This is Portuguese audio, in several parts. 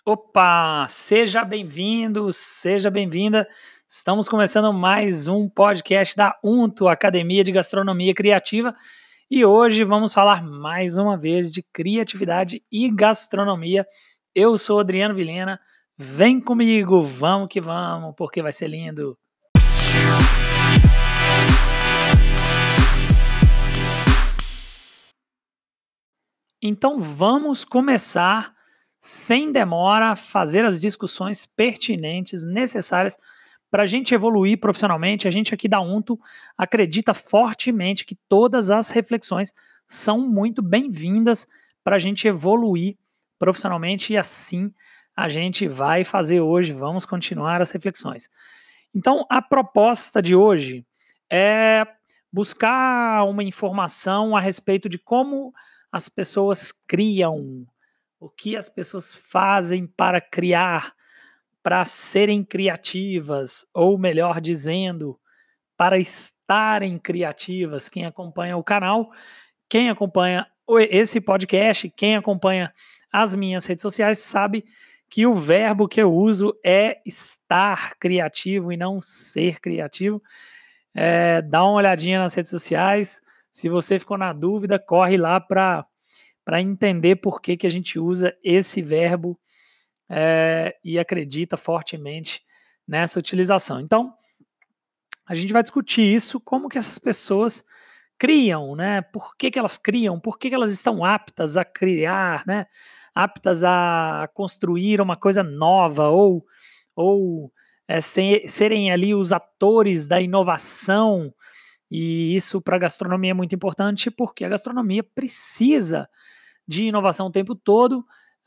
Opa, seja bem-vindo, seja bem-vinda. Estamos começando mais um podcast da Unto, Academia de Gastronomia Criativa, e hoje vamos falar mais uma vez de criatividade e gastronomia. Eu sou Adriano Vilhena, vem comigo, vamos que vamos, porque vai ser lindo. Então vamos começar sem demora, fazer as discussões pertinentes, necessárias para a gente evoluir profissionalmente. A gente aqui da Unto acredita fortemente que todas as reflexões são muito bem-vindas para a gente evoluir profissionalmente e assim a gente vai fazer hoje. Vamos continuar as reflexões. Então, a proposta de hoje é buscar uma informação a respeito de como as pessoas criam, o que as pessoas fazem para criar, para serem criativas, ou melhor dizendo, para estarem criativas. Quem acompanha o canal, quem acompanha esse podcast, quem acompanha as minhas redes sociais, sabe que o verbo que eu uso é estar criativo e não ser criativo. Dá uma olhadinha nas redes sociais. Se você ficou na dúvida, corre lá para entender por que a gente usa esse verbo e acredita fortemente nessa utilização. Então, a gente vai discutir isso, como que essas pessoas criam, né? Por que elas criam? Por que elas estão aptas a criar, né? Aptas a construir uma coisa nova ou serem ali os atores da inovação. E isso para a gastronomia é muito importante, porque a gastronomia precisa de inovação o tempo todo,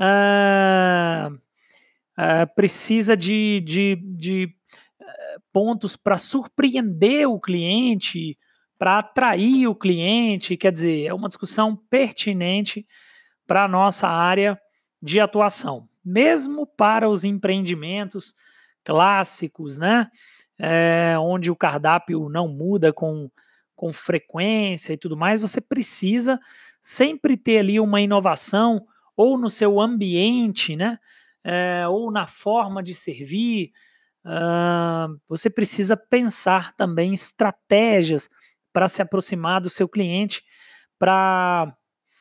precisa de pontos para surpreender o cliente, para atrair o cliente. Quer dizer, é uma discussão pertinente para a nossa área de atuação, mesmo para os empreendimentos clássicos, né? Onde o cardápio não muda com frequência e tudo mais. Você precisa sempre ter ali uma inovação, ou no seu ambiente, né? Ou na forma de servir. Você precisa pensar também estratégias para se aproximar do seu cliente, para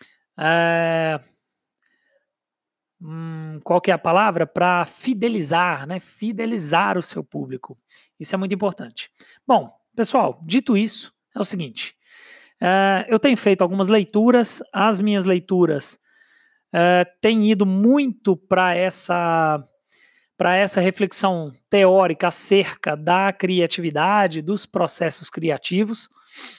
qual que é a palavra? Para fidelizar, né? Fidelizar o seu público. Isso é muito importante. Bom, pessoal, dito isso, é o seguinte. Eu tenho feito algumas leituras. As minhas leituras têm ido muito para essa reflexão teórica acerca da criatividade, dos processos criativos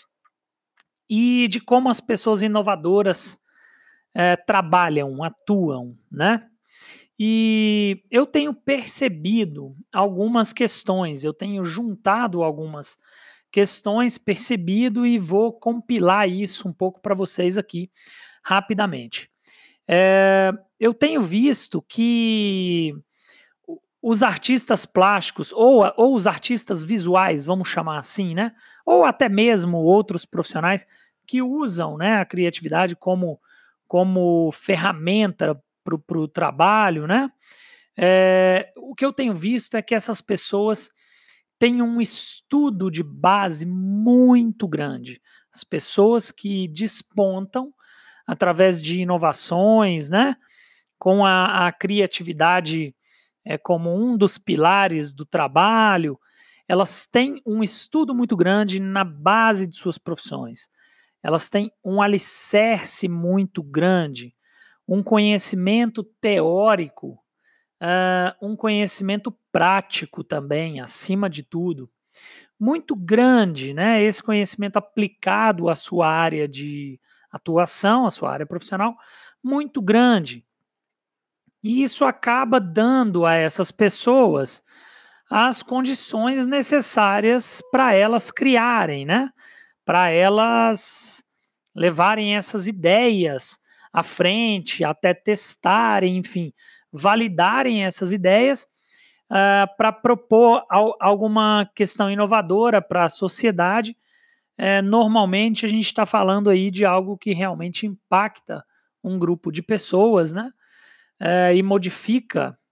e de como as pessoas inovadoras trabalham, atuam, né? E eu tenho percebido algumas questões, eu tenho juntado algumas questões, percebido, e vou compilar isso um pouco para vocês aqui rapidamente. Eu tenho visto que os artistas plásticos, ou os artistas visuais, vamos chamar assim, né? Ou até mesmo outros profissionais que usam, né, a criatividade como ferramenta para o trabalho, né? O que eu tenho visto é que essas pessoas têm um estudo de base muito grande. As pessoas que despontam através de inovações, né? Com a criatividade como um dos pilares do trabalho, elas têm um estudo muito grande na base de suas profissões. Elas têm um alicerce muito grande, um conhecimento teórico, um conhecimento prático também, acima de tudo, muito grande, né? Esse conhecimento aplicado à sua área de atuação, à sua área profissional, muito grande. E isso acaba dando a essas pessoas as condições necessárias para elas criarem, né? Para elas levarem essas ideias à frente, até testarem, enfim, validarem essas ideias para propor alguma questão inovadora para a sociedade. Normalmente a gente está falando aí de algo que realmente impacta um grupo de pessoas, né? E modifica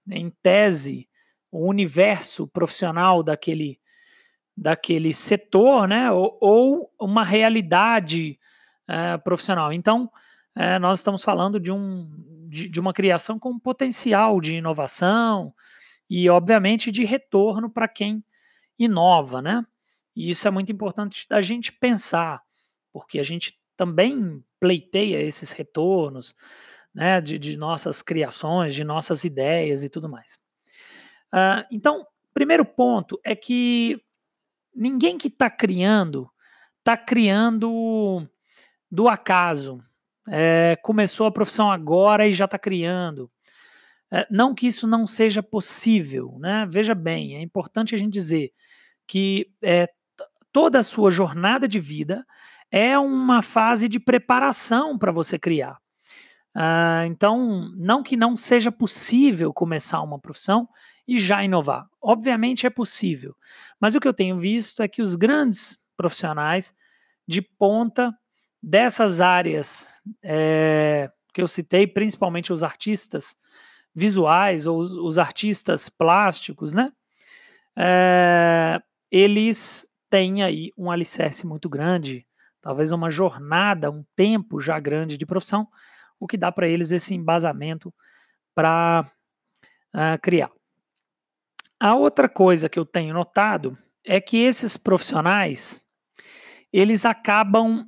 em tese, o universo profissional daquele setor, né? Ou uma realidade profissional. Então, nós estamos falando de uma criação com potencial de inovação e, obviamente, de retorno para quem inova, né? E isso é muito importante da gente pensar, porque a gente também pleiteia esses retornos, né, de nossas criações, de nossas ideias e tudo mais. Então, primeiro ponto é que ninguém que está criando do acaso. Começou a profissão agora e já está criando. Não que isso não seja possível, né? Veja bem, é importante a gente dizer que toda a sua jornada de vida é uma fase de preparação para você criar. Então, não que não seja possível começar uma profissão e já inovar. Obviamente é possível, mas o que eu tenho visto é que os grandes profissionais de ponta dessas áreas que eu citei, principalmente os artistas visuais ou os artistas plásticos, né? Eles têm aí um alicerce muito grande, talvez uma jornada, um tempo já grande de profissão, o que dá para eles esse embasamento para criar. A outra coisa que eu tenho notado é que esses profissionais, eles acabam,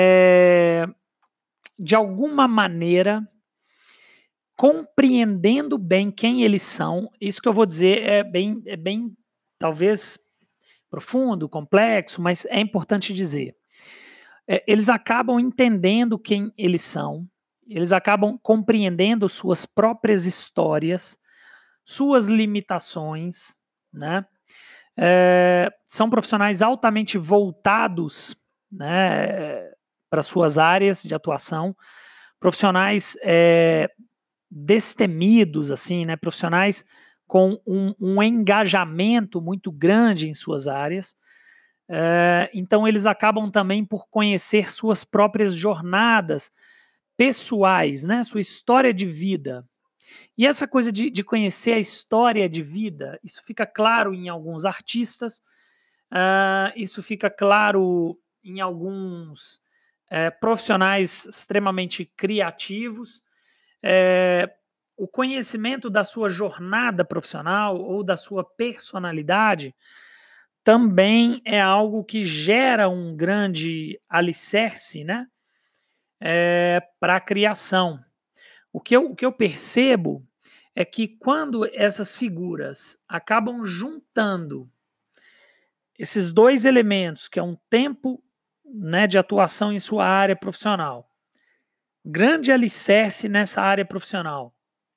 de alguma maneira, compreendendo bem quem eles são. Isso que eu vou dizer é bem talvez profundo, complexo, mas é importante dizer. Eles acabam entendendo quem eles são, eles acabam compreendendo suas próprias histórias, suas limitações, né? São profissionais altamente voltados, né, para suas áreas de atuação, profissionais destemidos, assim, né? Profissionais com um engajamento muito grande em suas áreas. Então, eles acabam também por conhecer suas próprias jornadas pessoais, né? Sua história de vida. E essa coisa de conhecer a história de vida, isso fica claro em alguns artistas, isso fica claro em alguns profissionais extremamente criativos. O conhecimento da sua jornada profissional ou da sua personalidade também é algo que gera um grande alicerce, né, para a criação. O que eu percebo é que quando essas figuras acabam juntando esses dois elementos, que é um tempo, né, de atuação em sua área profissional, grande alicerce nessa área profissional,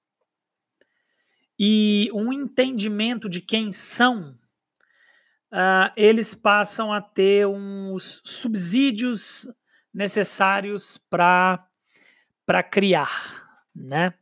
e um entendimento de quem são, eles passam a ter uns subsídios necessários para criar, né?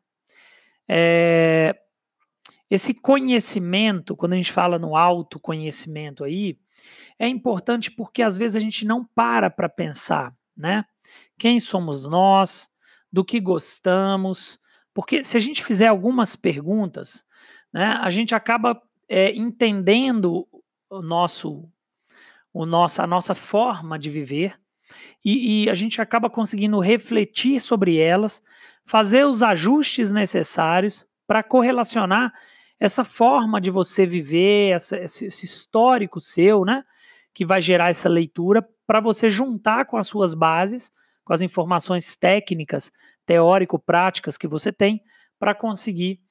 Esse conhecimento, quando a gente fala no autoconhecimento aí, é importante porque às vezes a gente não para pensar, né? Quem somos nós, do que gostamos, porque se a gente fizer algumas perguntas, né, a gente acaba entendendo a nossa forma de viver e a gente acaba conseguindo refletir sobre elas, fazer os ajustes necessários para correlacionar essa forma de você viver, esse histórico seu, né? Que vai gerar essa leitura para você juntar com as suas bases, com as informações técnicas, teórico-práticas que você tem, para conseguir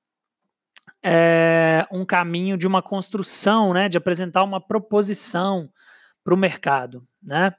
um caminho de uma construção, né? De apresentar uma proposição para o mercado, né?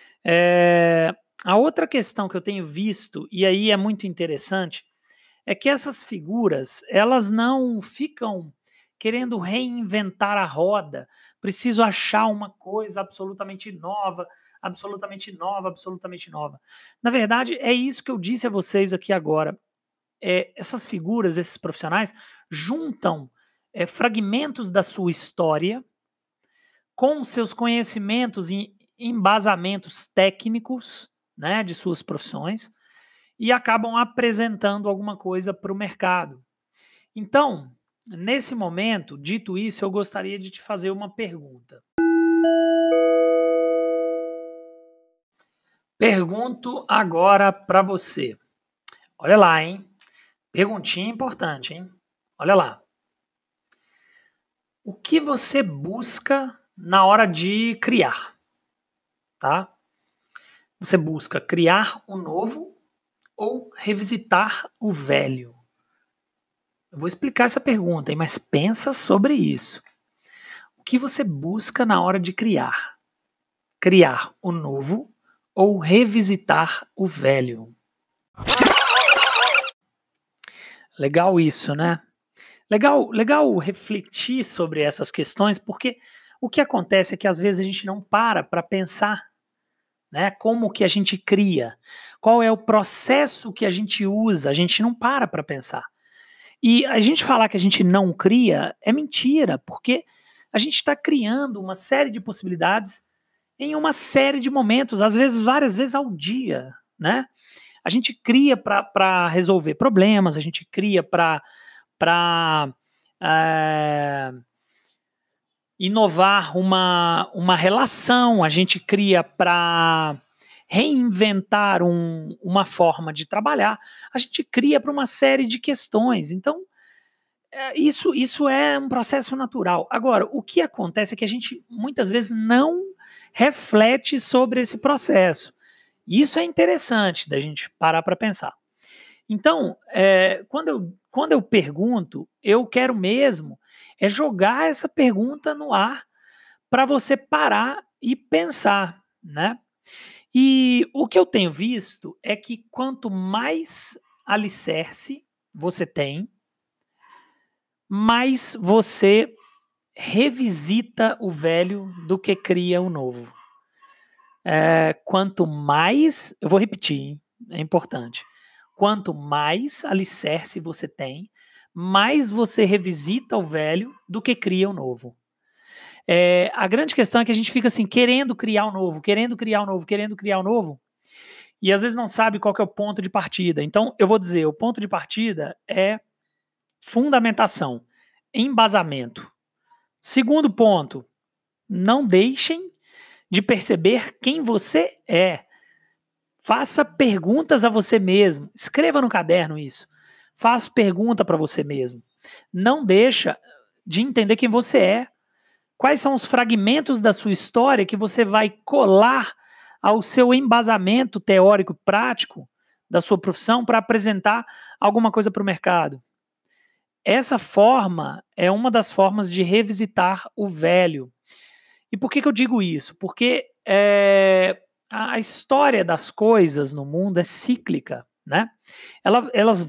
A outra questão que eu tenho visto, e aí é muito interessante, é que essas figuras, elas não ficam querendo reinventar a roda, preciso achar uma coisa absolutamente nova, absolutamente nova, absolutamente nova. Na verdade, é isso que eu disse a vocês aqui agora. Essas figuras, esses profissionais, juntam fragmentos da sua história com seus conhecimentos e embasamentos técnicos, né, de suas profissões, e acabam apresentando alguma coisa para o mercado. Então, nesse momento, dito isso, eu gostaria de te fazer uma pergunta. Pergunto agora para você. Olha lá, hein? Perguntinha importante, hein? Olha lá. O que você busca na hora de criar, tá? Você busca criar o novo ou revisitar o velho? Eu vou explicar essa pergunta, hein? Mas pensa sobre isso. O que você busca na hora de criar? Criar o novo ou revisitar o velho? Legal isso, né? Legal refletir sobre essas questões, porque o que acontece é que às vezes a gente não para pensar, né? Como que a gente cria, qual é o processo que a gente usa, a gente não para pensar. E a gente falar que a gente não cria é mentira, porque a gente está criando uma série de possibilidades em uma série de momentos, às vezes várias vezes ao dia, né? A gente cria para resolver problemas, a gente cria para inovar uma relação, a gente cria para reinventar uma forma de trabalhar, a gente cria para uma série de questões. Então, isso é um processo natural. Agora, o que acontece é que a gente muitas vezes não reflete sobre esse processo. Isso é interessante da gente parar para pensar. Então, quando eu pergunto, eu quero mesmo jogar essa pergunta no ar para você parar e pensar, né? E o que eu tenho visto é que quanto mais alicerce você tem, mais você revisita o velho do que cria o novo. Quanto mais, eu vou repetir, hein? É importante. Quanto mais alicerce você tem, mais você revisita o velho do que cria o novo. A grande questão é que a gente fica assim, querendo criar o novo, querendo criar o novo, querendo criar o novo, e às vezes não sabe qual que é o ponto de partida. Então, eu vou dizer, o ponto de partida é fundamentação, embasamento. Segundo ponto, não deixem de perceber quem você é. Faça perguntas a você mesmo. Escreva no caderno isso. Faça pergunta para você mesmo. Não deixa de entender quem você é. Quais são os fragmentos da sua história que você vai colar ao seu embasamento teórico prático da sua profissão para apresentar alguma coisa para o mercado? Essa forma é uma das formas de revisitar o velho. E por que eu digo isso? Porque a história das coisas no mundo é cíclica, né? Elas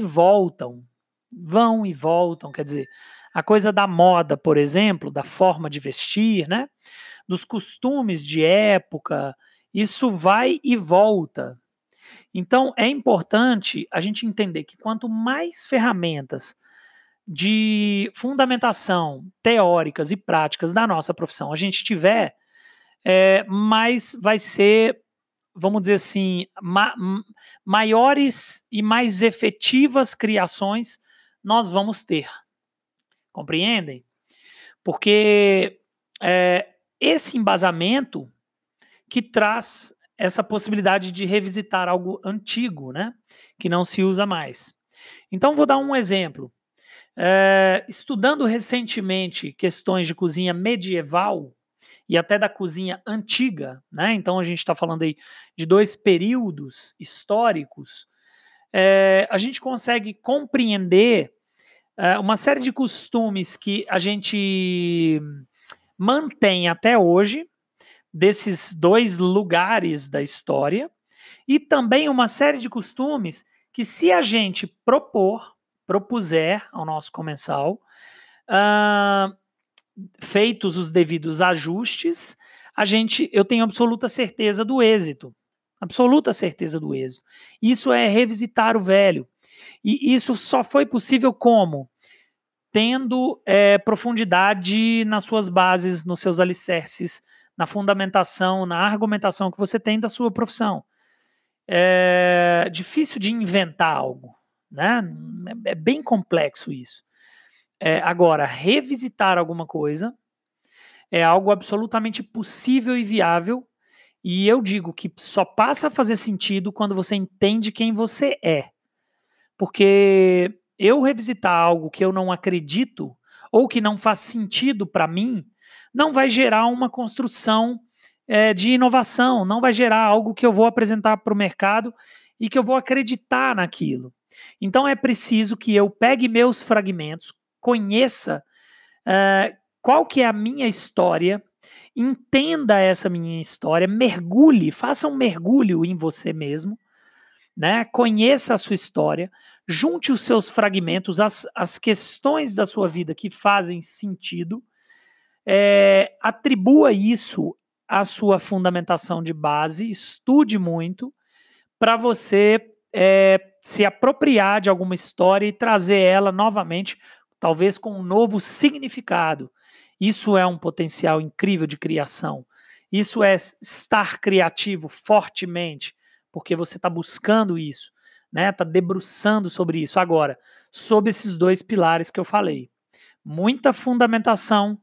vão e voltam, quer dizer, a coisa da moda, por exemplo, da forma de vestir, né? Dos costumes de época, isso vai e volta. Então é importante a gente entender que quanto mais ferramentas de fundamentação teóricas e práticas da nossa profissão a gente tiver, mais vai ser, vamos dizer assim, maiores e mais efetivas criações nós vamos ter. Compreendem? Porque esse embasamento que traz essa possibilidade de revisitar algo antigo, né? Que não se usa mais. Então, vou dar um exemplo. Estudando recentemente questões de cozinha medieval e até da cozinha antiga, né? Então a gente está falando aí de dois períodos históricos, a gente consegue compreender uma série de costumes que a gente mantém até hoje, desses dois lugares da história, e também uma série de costumes que, se a gente propuser ao nosso comensal, feitos os devidos ajustes, eu tenho absoluta certeza do êxito. Absoluta certeza do êxito. Isso é revisitar o velho. E isso só foi possível como? Tendo profundidade nas suas bases, nos seus alicerces, na fundamentação, na argumentação que você tem da sua profissão. É difícil de inventar algo, né? É bem complexo isso. Agora, revisitar alguma coisa é algo absolutamente possível e viável, e eu digo que só passa a fazer sentido quando você entende quem você é. Porque eu revisitar algo que eu não acredito ou que não faz sentido para mim, não vai gerar uma construção de inovação, não vai gerar algo que eu vou apresentar para o mercado e que eu vou acreditar naquilo. Então é preciso que eu pegue meus fragmentos, conheça qual que é a minha história, entenda essa minha história, mergulhe, faça um mergulho em você mesmo, né? Conheça a sua história, junte os seus fragmentos, as questões da sua vida que fazem sentido, atribua isso à sua fundamentação de base, estude muito para você se apropriar de alguma história e trazer ela novamente, talvez com um novo significado. Isso é um potencial incrível de criação. Isso é estar criativo fortemente, porque você está buscando isso, né? Está debruçando sobre isso. Agora, sob esses dois pilares que eu falei, muita fundamentação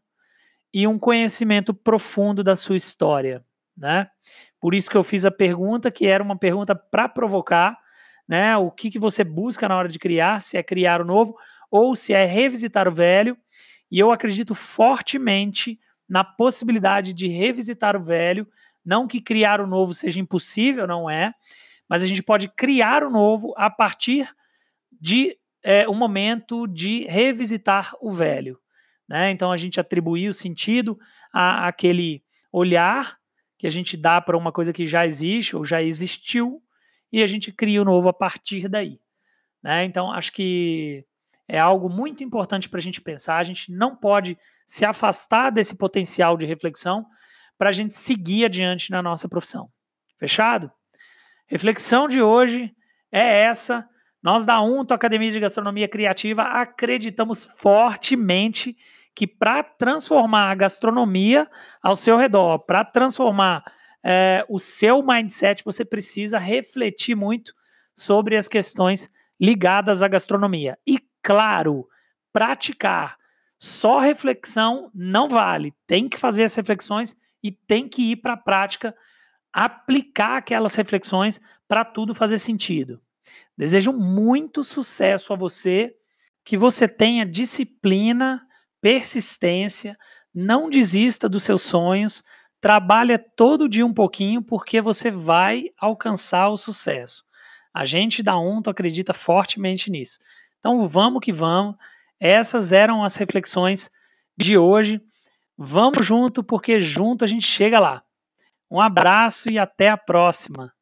e um conhecimento profundo da sua história, né? Por isso que eu fiz a pergunta, que era uma pergunta para provocar, né? O que você busca na hora de criar, se é criar o novo ou se é revisitar o velho. E eu acredito fortemente na possibilidade de revisitar o velho, não que criar o novo seja impossível, não é, mas a gente pode criar o novo a partir de um momento de revisitar o velho, né? Então a gente atribuir o sentido àquele olhar que a gente dá para uma coisa que já existe ou já existiu e a gente cria o novo a partir daí, né? Então acho que é algo muito importante para a gente pensar. A gente não pode se afastar desse potencial de reflexão para a gente seguir adiante na nossa profissão. Fechado? Reflexão de hoje é essa. Nós da UNTO, Academia de Gastronomia Criativa, acreditamos fortemente que para transformar a gastronomia ao seu redor, para transformar o seu mindset, você precisa refletir muito sobre as questões ligadas à gastronomia. E, claro, praticar. Só reflexão não vale. Tem que fazer as reflexões e tem que ir para a prática, aplicar aquelas reflexões para tudo fazer sentido. Desejo muito sucesso a você, que você tenha disciplina, persistência, não desista dos seus sonhos, trabalha todo dia um pouquinho porque você vai alcançar o sucesso. A gente da UNTO acredita fortemente nisso. Então vamos que vamos. Essas eram as reflexões de hoje. Vamos junto porque junto a gente chega lá. Um abraço e até a próxima.